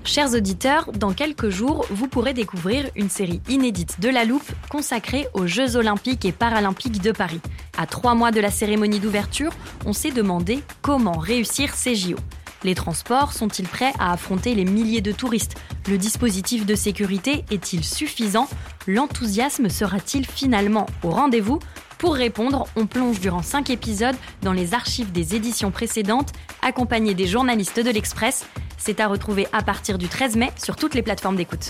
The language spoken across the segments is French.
Chers auditeurs, dans quelques jours, vous pourrez découvrir une série inédite de La Loupe consacrée aux Jeux Olympiques et Paralympiques de Paris. À 3 mois de la cérémonie d'ouverture, on s'est demandé comment réussir ces JO. Les transports sont-ils prêts à affronter les milliers de touristes ? Le dispositif de sécurité est-il suffisant ? L'enthousiasme sera-t-il finalement au rendez-vous ? Pour répondre, on plonge durant 5 épisodes dans les archives des éditions précédentes, accompagnés des journalistes de l'Express. C'est à retrouver à partir du 13 mai sur toutes les plateformes d'écoute.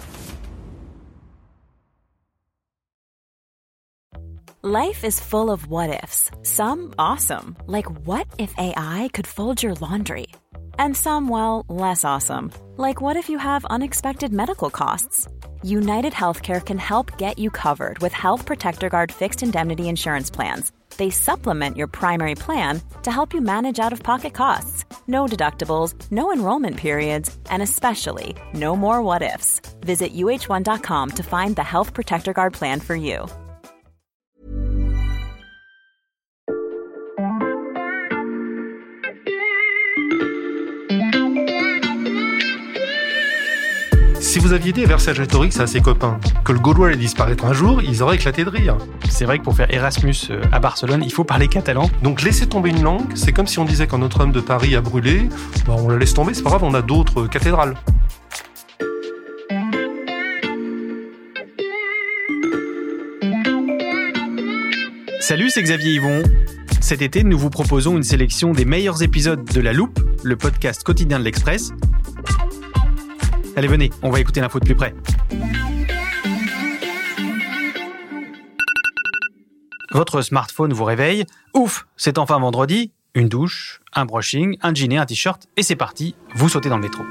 Life is full of what-ifs. Some awesome, like what if AI could fold your laundry? And some, well, less awesome, like what if you have unexpected medical costs? United Healthcare can help get you covered with Health Protector Guard fixed indemnity insurance plans. They supplement your primary plan to help you manage out-of-pocket costs. No deductibles, no enrollment periods, and especially no more what-ifs. Visit uh1.com to find the Health Protector Guard plan for you. Si vous aviez dit à Vercingétorix à ses copains que le Gaulois allait disparaître un jour, ils auraient éclaté de rire. C'est vrai que pour faire Erasmus à Barcelone, il faut parler catalan. Donc laisser tomber une langue, c'est comme si on disait quand Notre-Dame de Paris a brûlé, on la laisse tomber, c'est pas grave, on a d'autres cathédrales. Salut, c'est Xavier Yvon. Cet été, nous vous proposons une sélection des meilleurs épisodes de La Loupe, le podcast quotidien de l'Express. Allez, venez, on va écouter l'info de plus près. Votre smartphone vous réveille. Ouf, c'est enfin vendredi. Une douche, un brushing, un jean et un t-shirt, et c'est parti, vous sautez dans le métro.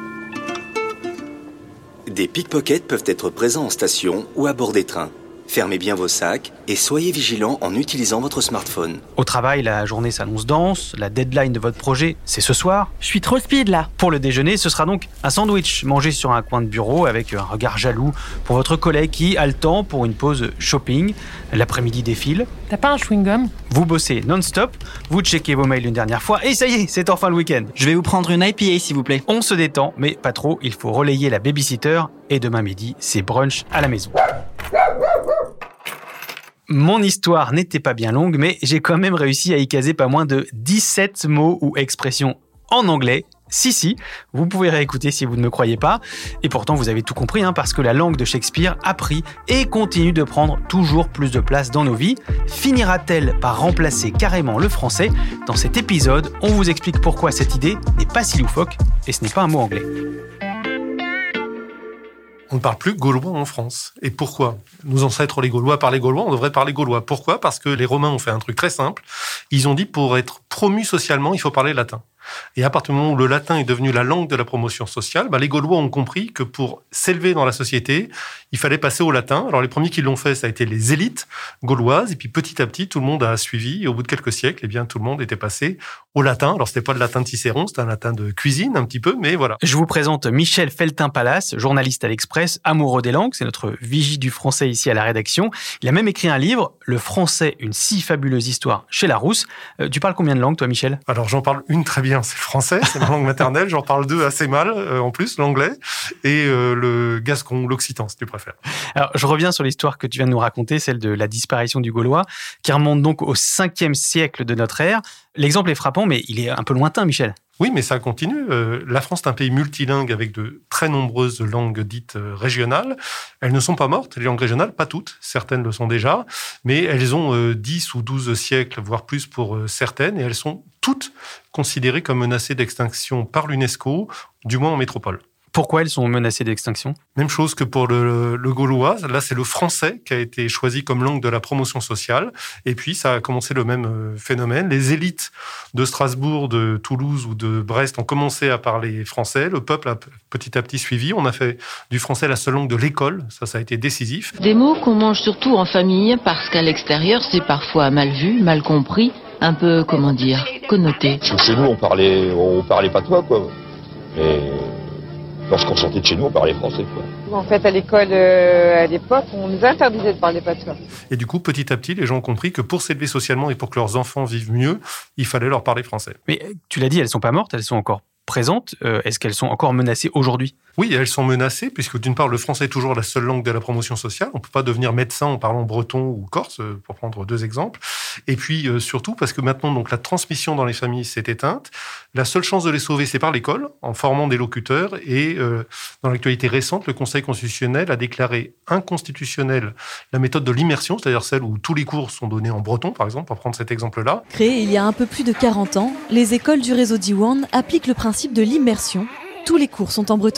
Des pickpockets peuvent être présents en station ou à bord des trains. Fermez bien vos sacs et soyez vigilants en utilisant votre smartphone. Au travail, la journée s'annonce dense, la deadline de votre projet, c'est ce soir. Je suis trop speed là. Pour le déjeuner, ce sera donc un sandwich mangé sur un coin de bureau avec un regard jaloux pour votre collègue qui a le temps pour une pause shopping. L'après-midi défile. T'as pas un chewing-gum ? Vous bossez non-stop, vous checkez vos mails une dernière fois et ça y est, c'est enfin le week-end. Je vais vous prendre une IPA s'il vous plaît. On se détend, mais pas trop, il faut relayer la babysitter et demain midi, c'est brunch à la maison. Mon histoire n'était pas bien longue, mais j'ai quand même réussi à y caser pas moins de 17 mots ou expressions en anglais. Si, vous pouvez réécouter si vous ne me croyez pas. Et pourtant, vous avez tout compris, parce que la langue de Shakespeare a pris et continue de prendre toujours plus de place dans nos vies. Finira-t-elle par remplacer carrément le français ? Dans cet épisode, on vous explique pourquoi cette idée n'est pas si loufoque et ce n'est pas un mot anglais. On ne parle plus gaulois en France. Et pourquoi ? Nos ancêtres, les Gaulois, parlaient gaulois, on devrait parler gaulois. Pourquoi ? Parce que les Romains ont fait un truc très simple. Ils ont dit, pour être promu socialement, il faut parler latin. Et à partir du moment où le latin est devenu la langue de la promotion sociale, les Gaulois ont compris que pour s'élever dans la société, il fallait passer au latin. Alors les premiers qui l'ont fait, ça a été les élites gauloises. Et puis petit à petit, tout le monde a suivi. Et au bout de quelques siècles, tout le monde était passé au latin. Alors c'était pas le latin de Cicéron, c'était un latin de cuisine un petit peu, mais voilà. Je vous présente Michel Feltin-Palace, journaliste à l'Express, amoureux des langues. C'est notre vigie du français ici à la rédaction. Il a même écrit un livre, Le français, une si fabuleuse histoire, chez Larousse. Tu parles combien de langues, toi, Michel ? Alors j'en parle une très bien, c'est le français. C'est ma langue maternelle, j'en parle 2 assez mal, en plus, l'anglais, et le gascon, l'occitan, si tu préfères. Alors, je reviens sur l'histoire que tu viens de nous raconter, celle de la disparition du Gaulois, qui remonte donc au 5e siècle de notre ère. L'exemple est frappant, mais il est un peu lointain, Michel. Oui, mais ça continue. La France est un pays multilingue avec de très nombreuses langues dites régionales. Elles ne sont pas mortes, les langues régionales, pas toutes. Certaines le sont déjà, mais elles ont 10 ou 12 siècles, voire plus pour certaines, et elles sont toutes considérées comme menacées d'extinction par l'UNESCO, du moins en métropole. Pourquoi elles sont menacées d'extinction ? Même chose que pour le gaulois. Là, c'est le français qui a été choisi comme langue de la promotion sociale. Et puis, ça a commencé le même phénomène. Les élites de Strasbourg, de Toulouse ou de Brest ont commencé à parler français. Le peuple a petit à petit suivi. On a fait du français la seule langue de l'école. Ça a été décisif. Des mots qu'on mange surtout en famille parce qu'à l'extérieur, c'est parfois mal vu, mal compris, un peu, connoté. Chez nous, on parlait patois, quoi. Mais lorsqu'on sortait de chez nous, on parlait français, quoi. En fait, à l'école, à l'époque, on nous interdisait de parler patois. Et du coup, petit à petit, les gens ont compris que pour s'élever socialement et pour que leurs enfants vivent mieux, il fallait leur parler français. Mais tu l'as dit, elles ne sont pas mortes, elles sont encore présentes. Est-ce qu'elles sont encore menacées aujourd'hui ? Oui, elles sont menacées, puisque d'une part, le français est toujours la seule langue de la promotion sociale. On ne peut pas devenir médecin en parlant breton ou corse, pour prendre 2 exemples. Et puis, surtout, parce que maintenant, donc, la transmission dans les familles s'est éteinte. La seule chance de les sauver, c'est par l'école, en formant des locuteurs. Et dans l'actualité récente, le Conseil constitutionnel a déclaré inconstitutionnelle la méthode de l'immersion, c'est-à-dire celle où tous les cours sont donnés en breton, par exemple, pour prendre cet exemple-là. Créée il y a un peu plus de 40 ans, les écoles du réseau Diwan appliquent le principe de l'immersion. Tous les cours sont en breton.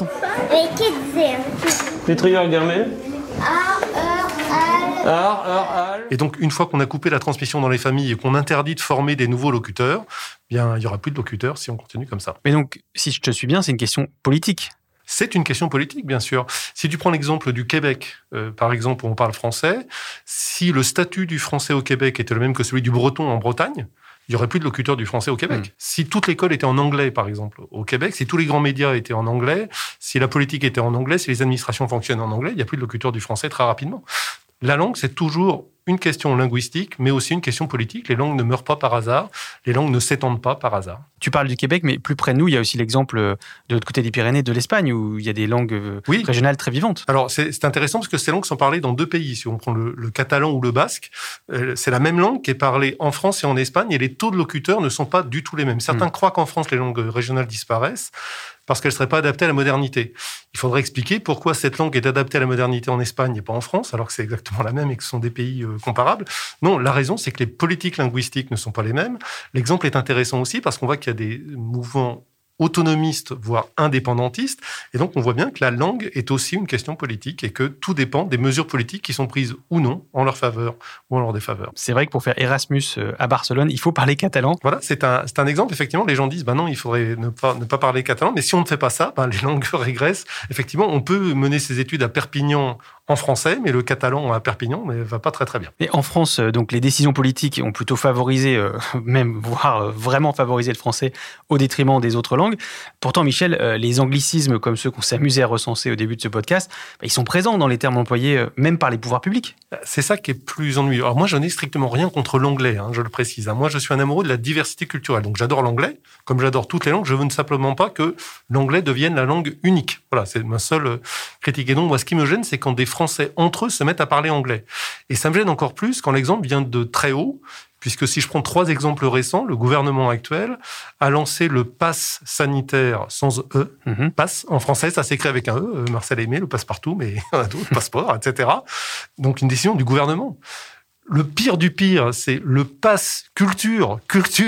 Et donc, une fois qu'on a coupé la transmission dans les familles et qu'on interdit de former des nouveaux locuteurs, bien, il n'y aura plus de locuteurs si on continue comme ça. Mais donc, si je te suis bien, c'est une question politique. C'est une question politique, bien sûr. Si tu prends l'exemple du Québec, par exemple, où on parle français, si le statut du français au Québec était le même que celui du breton en Bretagne, il n'y aurait plus de locuteurs du français au Québec. Si toute l'école était en anglais, par exemple, au Québec, si tous les grands médias étaient en anglais, si la politique était en anglais, si les administrations fonctionnent en anglais, il n'y a plus de locuteurs du français très rapidement. La langue, c'est toujours une question linguistique, mais aussi une question politique. Les langues ne meurent pas par hasard, les langues ne s'étendent pas par hasard. Tu parles du Québec, mais plus près de nous, il y a aussi l'exemple de l'autre côté des Pyrénées, de l'Espagne, où il y a des langues régionales très vivantes. Alors, c'est intéressant parce que ces langues sont parlées dans 2 pays. Si on prend le catalan ou le basque, c'est la même langue qui est parlée en France et en Espagne, et les taux de locuteurs ne sont pas du tout les mêmes. Certains croient qu'en France, les langues régionales disparaissent parce qu'elles ne seraient pas adaptées à la modernité. Il faudrait expliquer pourquoi cette langue est adaptée à la modernité en Espagne et pas en France, alors que c'est exactement la même et que ce sont des pays comparables. Non, la raison, c'est que les politiques linguistiques ne sont pas les mêmes. L'exemple est intéressant aussi parce qu'on voit qu'il y a des mouvements autonomistes, voire indépendantistes. Et donc, on voit bien que la langue est aussi une question politique et que tout dépend des mesures politiques qui sont prises ou non en leur faveur ou en leur défaveur. C'est vrai que pour faire Erasmus à Barcelone, il faut parler catalan. Voilà, c'est un exemple. Effectivement, les gens disent, non, il faudrait ne pas parler catalan. Mais si on ne fait pas ça, les langues régressent. Effectivement, on peut mener ses études à Perpignan en français, mais le catalan à Perpignan ne va pas très très bien. Et en France, donc les décisions politiques ont plutôt favorisé, même voire vraiment favorisé le français au détriment des autres langues. Pourtant, Michel, les anglicismes comme ceux qu'on s'est amusé à recenser au début de ce podcast, ils sont présents dans les termes employés, même par les pouvoirs publics. C'est ça qui est plus ennuyeux. Alors moi, je n'ai strictement rien contre l'anglais, je le précise. Moi, je suis un amoureux de la diversité culturelle. Donc j'adore l'anglais, comme j'adore toutes les langues. Je veux simplement pas que l'anglais devienne la langue unique. Voilà, c'est ma seule critique. Et donc, moi, ce qui me gêne, c'est quand des Français entre eux se mettent à parler anglais. Et ça me gêne encore plus quand l'exemple vient de très haut, puisque si je prends 3 exemples récents, le gouvernement actuel a lancé le pass sanitaire sans E. Pass, en français, ça s'écrit avec un E. Marcel Aimé, le passe-partout, mais il y en a d'autres, passeport, etc. Donc une décision du gouvernement. Le pire du pire, c'est le pass culture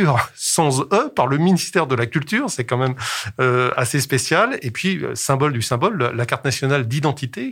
sans E par le ministère de la Culture. C'est quand même assez spécial. Et puis, symbole du symbole, la carte nationale d'identité,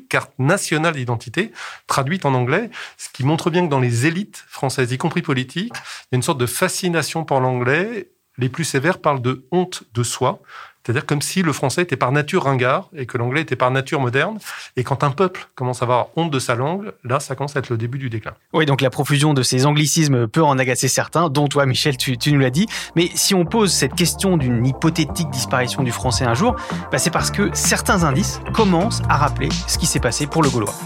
traduite en anglais, ce qui montre bien que dans les élites françaises, y compris politiques, il y a une sorte de fascination pour l'anglais. Les plus sévères parlent de honte de soi. C'est-à-dire comme si le français était par nature ringard et que l'anglais était par nature moderne. Et quand un peuple commence à avoir honte de sa langue, là, ça commence à être le début du déclin. Oui, donc la profusion de ces anglicismes peut en agacer certains, dont toi, Michel, tu nous l'as dit. Mais si on pose cette question d'une hypothétique disparition du français un jour, c'est parce que certains indices commencent à rappeler ce qui s'est passé pour le gaulois.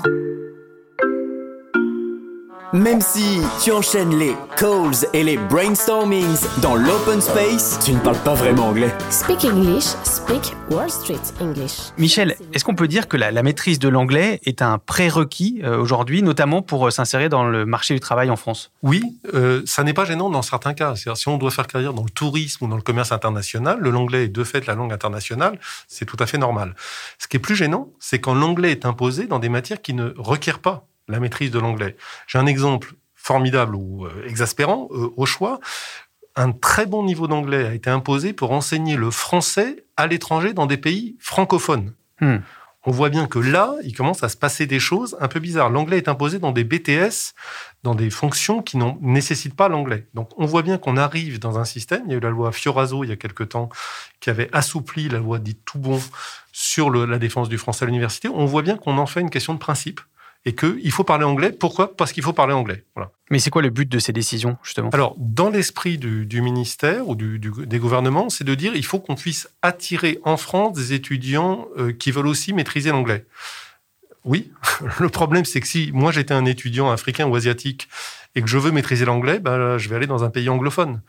Même si tu enchaînes les calls et les brainstormings dans l'open space, tu ne parles pas vraiment anglais. Speak English, speak Wall Street English. Michel, est-ce qu'on peut dire que la maîtrise de l'anglais est un prérequis aujourd'hui, notamment pour s'insérer dans le marché du travail en France ? Oui, ça n'est pas gênant dans certains cas. C'est-à-dire, si on doit faire carrière dans le tourisme ou dans le commerce international, l'anglais est de fait la langue internationale, c'est tout à fait normal. Ce qui est plus gênant, c'est quand l'anglais est imposé dans des matières qui ne requièrent pas la maîtrise de l'anglais. J'ai un exemple formidable ou exaspérant au choix. Un très bon niveau d'anglais a été imposé pour enseigner le français à l'étranger dans des pays francophones. On voit bien que là, il commence à se passer des choses un peu bizarres. L'anglais est imposé dans des BTS, dans des fonctions qui ne nécessitent pas l'anglais. Donc, on voit bien qu'on arrive dans un système. Il y a eu la loi Fioraso, il y a quelque temps, qui avait assoupli la loi dite Toubon sur la défense du français à l'université. On voit bien qu'on en fait une question de principe. Et qu'il faut parler anglais. Pourquoi ? Parce qu'il faut parler anglais. Voilà. Mais c'est quoi le but de ces décisions, justement ? Alors, dans l'esprit du ministère ou des gouvernements, c'est de dire qu'il faut qu'on puisse attirer en France des étudiants qui veulent aussi maîtriser l'anglais. Oui, le problème, c'est que si moi j'étais un étudiant africain ou asiatique et que je veux maîtriser l'anglais, je vais aller dans un pays anglophone.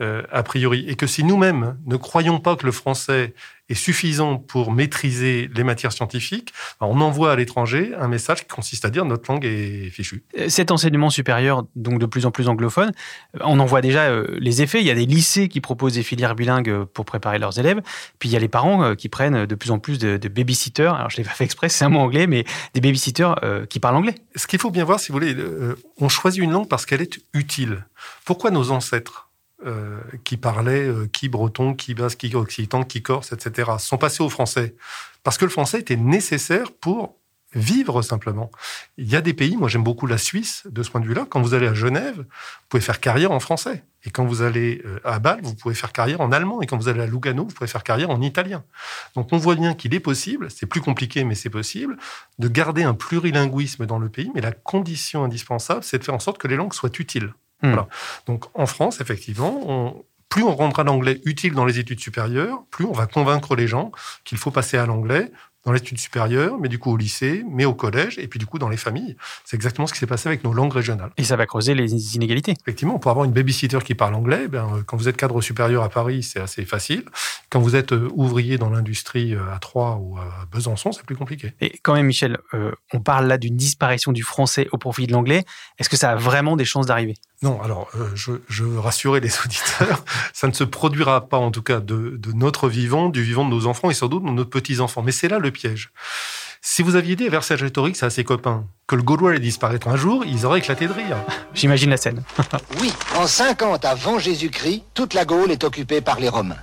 a priori, et que si nous-mêmes ne croyons pas que le français est suffisant pour maîtriser les matières scientifiques, on envoie à l'étranger un message qui consiste à dire notre langue est fichue. Cet enseignement supérieur, donc de plus en plus anglophone, on en voit déjà les effets. Il y a des lycées qui proposent des filières bilingues pour préparer leurs élèves. Puis il y a les parents qui prennent de plus en plus de babysitters. Alors je l'ai pas fait exprès, c'est un mot anglais, mais des babysitters qui parlent anglais. Ce qu'il faut bien voir, si vous voulez, on choisit une langue parce qu'elle est utile. Pourquoi nos ancêtres qui parlaient, qui breton, qui basque, qui occitan, qui corse, etc., sont passés au français? Parce que le français était nécessaire pour vivre simplement. Il y a des pays, moi j'aime beaucoup la Suisse de ce point de vue-là, quand vous allez à Genève, vous pouvez faire carrière en français. Et quand vous allez à Bâle, vous pouvez faire carrière en allemand. Et quand vous allez à Lugano, vous pouvez faire carrière en italien. Donc on voit bien qu'il est possible, c'est plus compliqué mais c'est possible, de garder un plurilinguisme dans le pays, mais la condition indispensable, c'est de faire en sorte que les langues soient utiles. Voilà. Donc en France, effectivement, plus on rendra l'anglais utile dans les études supérieures, plus on va convaincre les gens qu'il faut passer à l'anglais dans les études supérieures, mais du coup au lycée, mais au collège, et puis du coup dans les familles. C'est exactement ce qui s'est passé avec nos langues régionales. Et ça va creuser les inégalités. Effectivement, pour avoir une babysitter qui parle anglais, quand vous êtes cadre supérieur à Paris, c'est assez facile. Quand vous êtes ouvrier dans l'industrie à Troyes ou à Besançon, c'est plus compliqué. Et quand même, Michel, on parle là d'une disparition du français au profit de l'anglais. Est-ce que ça a vraiment des chances d'arriver ? Non, alors je veux rassurer les auditeurs, ça ne se produira pas en tout cas de notre vivant, du vivant de nos enfants et sans doute de nos petits-enfants. Mais c'est là le piège. Si vous aviez dit à Vercingétorix à ses copains que le gaulois allait disparaître un jour, ils auraient éclaté de rire. J'imagine la scène. Oui, en 50 avant Jésus-Christ, toute la Gaule est occupée par les Romains.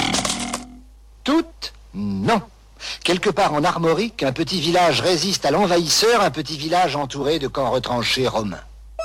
Toute ? Non. Quelque part en Armorique, un petit village résiste à l'envahisseur, un petit village entouré de camps retranchés romains.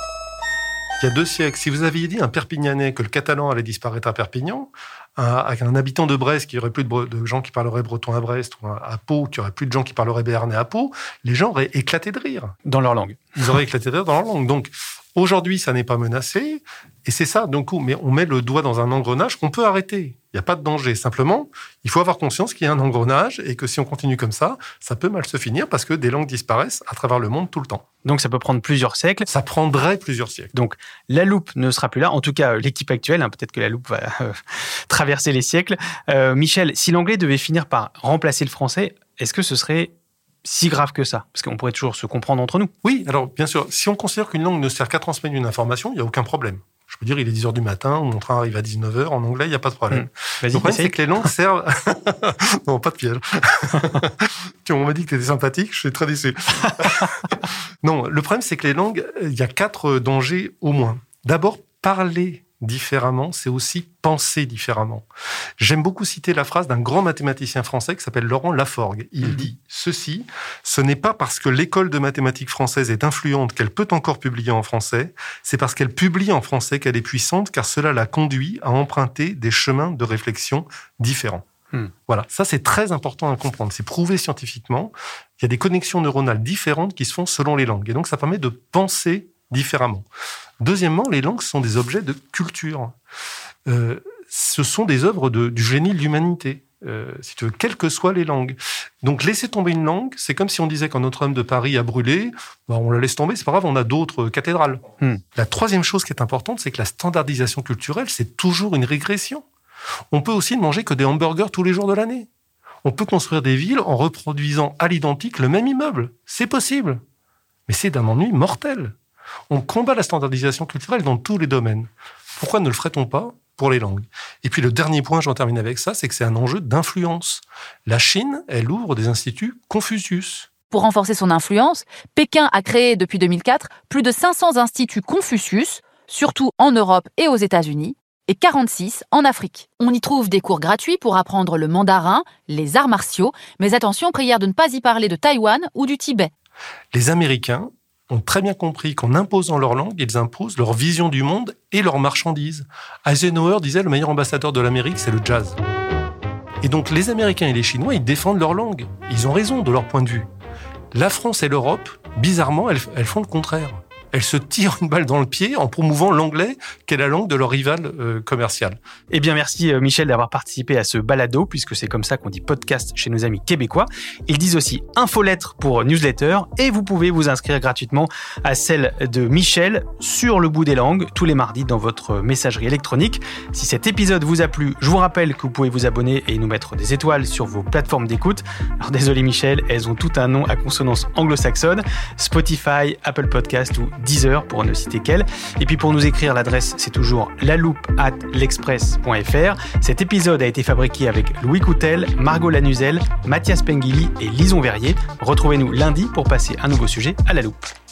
Il y a 2 siècles, si vous aviez dit à un Perpignanais que le catalan allait disparaître à Perpignan, à un habitant de Brest, qu'il n'y aurait plus de gens qui parleraient breton à Brest, ou à Pau, qu'il n'y aurait plus de gens qui parleraient béarnais à Pau, les gens auraient éclaté de rire. Dans leur langue. Ils auraient éclaté de rire dans leur langue. Donc, aujourd'hui, ça n'est pas menacé, et c'est ça, donc, mais on met le doigt dans un engrenage qu'on peut arrêter. Il n'y a pas de danger. Simplement, il faut avoir conscience qu'il y a un engrenage et que si on continue comme ça peut mal se finir parce que des langues disparaissent à travers le monde tout le temps. Donc, ça peut prendre plusieurs siècles. Ça prendrait plusieurs siècles. Donc, la loupe ne sera plus là. En tout cas, l'équipe actuelle, peut-être que la loupe va traverser les siècles. Michel, si l'anglais devait finir par remplacer le français, est-ce que ce serait si grave que ça? Parce qu'on pourrait toujours se comprendre entre nous. Oui, alors bien sûr, si on considère qu'une langue ne sert qu'à transmettre une information, il n'y a aucun problème. Je peux dire, il est 10h du matin, mon train arrive à 19h, en anglais, il n'y a pas de problème. Vas-y, le problème, c'est que les langues servent... Non, pas de piège. On m'a dit que tu étais sympathique, je suis très déçu. Non, le problème, c'est que les langues, il y a 4 dangers au moins. D'abord, parler différemment, c'est aussi penser différemment. J'aime beaucoup citer la phrase d'un grand mathématicien français qui s'appelle Laurent Laforgue. Il dit ceci: ce n'est pas parce que l'école de mathématiques française est influente qu'elle peut encore publier en français, c'est parce qu'elle publie en français qu'elle est puissante, car cela la conduit à emprunter des chemins de réflexion différents. Voilà, ça c'est très important à comprendre. C'est prouvé scientifiquement. Il y a des connexions neuronales différentes qui se font selon les langues. Et donc ça permet de penser différemment. Deuxièmement, les langues sont des objets de culture. Ce sont des œuvres du génie de l'humanité, si tu veux, quelles que soient les langues. Donc, laisser tomber une langue, c'est comme si on disait quand Notre-Dame de Paris a brûlé, on la laisse tomber, c'est pas grave, on a d'autres cathédrales. La troisième chose qui est importante, c'est que la standardisation culturelle, c'est toujours une régression. On peut aussi ne manger que des hamburgers tous les jours de l'année. On peut construire des villes en reproduisant à l'identique le même immeuble. C'est possible. Mais c'est d'un ennui mortel. On combat la standardisation culturelle dans tous les domaines. Pourquoi ne le ferait-on pas pour les langues? Et puis le dernier point, j'en termine avec ça, c'est que c'est un enjeu d'influence. La Chine, elle ouvre des instituts Confucius. Pour renforcer son influence, Pékin a créé depuis 2004 plus de 500 instituts Confucius, surtout en Europe et aux États-Unis, et 46 en Afrique. On y trouve des cours gratuits pour apprendre le mandarin, les arts martiaux, mais attention, prière de ne pas y parler de Taïwan ou du Tibet. Les Américains ont très bien compris qu'en imposant leur langue, ils imposent leur vision du monde et leurs marchandises. Eisenhower disait le meilleur ambassadeur de l'Amérique, c'est le jazz. Et donc les Américains et les Chinois, ils défendent leur langue. Ils ont raison de leur point de vue. La France et l'Europe, bizarrement, elles font le contraire. elles se tirent une balle dans le pied en promouvant l'anglais, qui est la langue de leur rival commercial. Eh bien, merci Michel d'avoir participé à ce balado, puisque c'est comme ça qu'on dit podcast chez nos amis québécois. Ils disent aussi infolettre pour newsletter, et vous pouvez vous inscrire gratuitement à celle de Michel sur le bout des langues, tous les mardis dans votre messagerie électronique. Si cet épisode vous a plu, je vous rappelle que vous pouvez vous abonner et nous mettre des étoiles sur vos plateformes d'écoute. Alors désolé Michel, elles ont tout un nom à consonance anglo-saxonne, Spotify, Apple Podcast ou Deezer pour ne citer qu'elles. Et puis pour nous écrire, l'adresse c'est toujours laloupe@l'express.fr. Cet épisode a été fabriqué avec Louis Coutel, Margot Lanuzel, Mathias Pengili et Lison Verrier. Retrouvez-nous lundi pour passer un nouveau sujet à la loupe.